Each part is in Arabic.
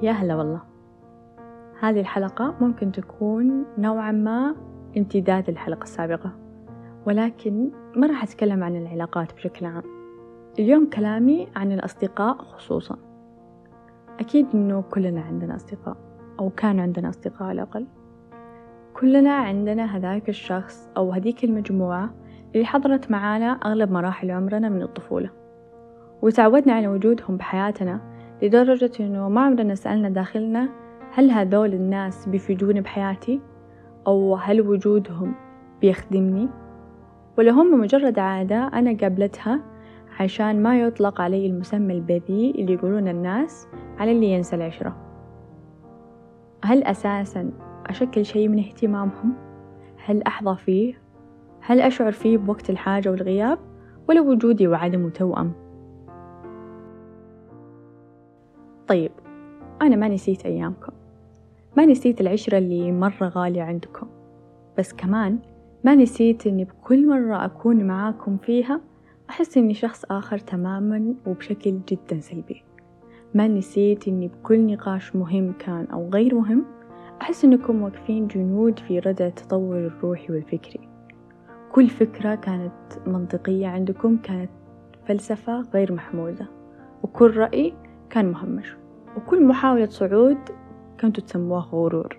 يا هلا والله. هذه الحلقة ممكن تكون نوعا ما امتداد للحلقة السابقة، ولكن ما راح أتكلم عن العلاقات بشكل عام. اليوم كلامي عن الأصدقاء خصوصا. أكيد إنه كلنا عندنا أصدقاء، أو كان عندنا أصدقاء على الأقل. كلنا عندنا هذاك الشخص أو هذيك المجموعة اللي حضرت معانا أغلب مراحل عمرنا من الطفولة، وتعودنا على وجودهم بحياتنا لدرجة إنه ما عمرنا سألنا داخلنا هل هذول الناس بيفيدوني بحياتي، أو هل وجودهم بيخدمني، ولا هم مجرد عادة أنا قابلتها عشان ما يطلق علي المسمى البذيء اللي يقولون الناس على اللي ينسى العشرة. هل أساساً أشكل شيء من اهتمامهم؟ هل أحظى فيه؟ هل أشعر فيه بوقت الحاجة والغياب، ولا وجودي وعدمه توأم؟ طيب، أنا ما نسيت أيامكم، ما نسيت العشرة اللي مرة غالية عندكم، بس كمان ما نسيت أني بكل مرة أكون معاكم فيها أحس أني شخص آخر تماماً وبشكل جداً سلبي. ما نسيت أني بكل نقاش مهم كان أو غير مهم أحس أنكم واقفين جنود في ردع التطور الروحي والفكري. كل فكرة كانت منطقية عندكم كانت فلسفة غير محمودة، وكل رأي كان مهمش، وكل محاولة صعود كنتوا تسموها غرور.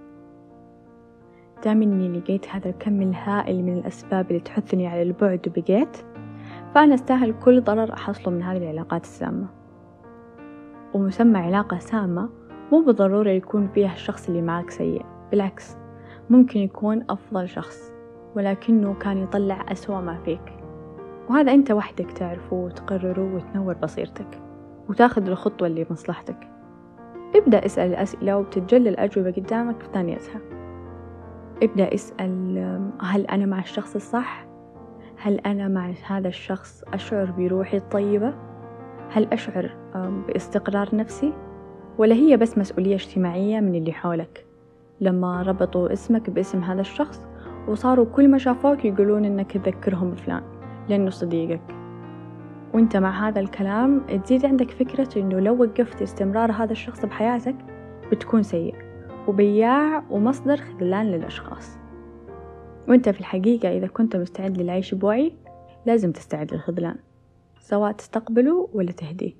دام إني لقيت هذا الكم الهائل من الأسباب اللي تحثني على البعد وبقيت، فأنا أستاهل كل ضرر أحصله من هذه العلاقات السامة. ومسمى علاقة سامة مو بالضرورة يكون فيها الشخص اللي معك سيء، بالعكس ممكن يكون أفضل شخص ولكنه كان يطلع أسوأ ما فيك، وهذا أنت وحدك تعرفه وتقرره وتنور بصيرتك وتاخذ الخطوة اللي بمصلحتك. ابدأ اسأل الأسئلة وبتتجلى الأجوبة قدامك في ثانيتها. ابدأ اسأل هل أنا مع الشخص الصح؟ هل أنا مع هذا الشخص أشعر بروحي الطيبة؟ هل أشعر باستقرار نفسي؟ ولا هي بس مسؤولية اجتماعية من اللي حولك لما ربطوا اسمك باسم هذا الشخص وصاروا كل ما شافوك يقولون إنك تذكرهم بفلان لأنه صديقك؟ وانت مع هذا الكلام تزيد عندك فكرة إنه لو وقفت استمرار هذا الشخص بحياتك بتكون سيء وبياع ومصدر خذلان للأشخاص. وانت في الحقيقة إذا كنت مستعد للعيش بوعي لازم تستعد للخذلان، سواء تستقبله ولا تهديه.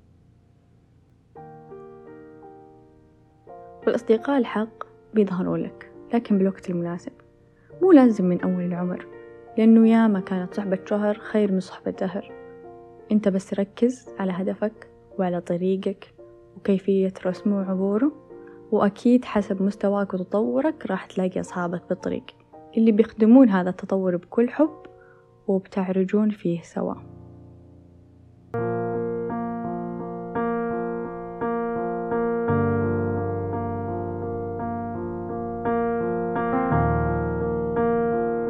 والأصدقاء الحق بيظهروا لك لكن بالوقت المناسب، مو لازم من أول العمر، لأنه ياما كانت صحبة شهر خير من صحبة دهر. انت بس ركز على هدفك وعلى طريقك وكيفية رسمه وعبوره، وأكيد حسب مستواك وتطورك راح تلاقي أصحابك بالطريق اللي بيخدمون هذا التطور بكل حب وبتعرجون فيه سوا.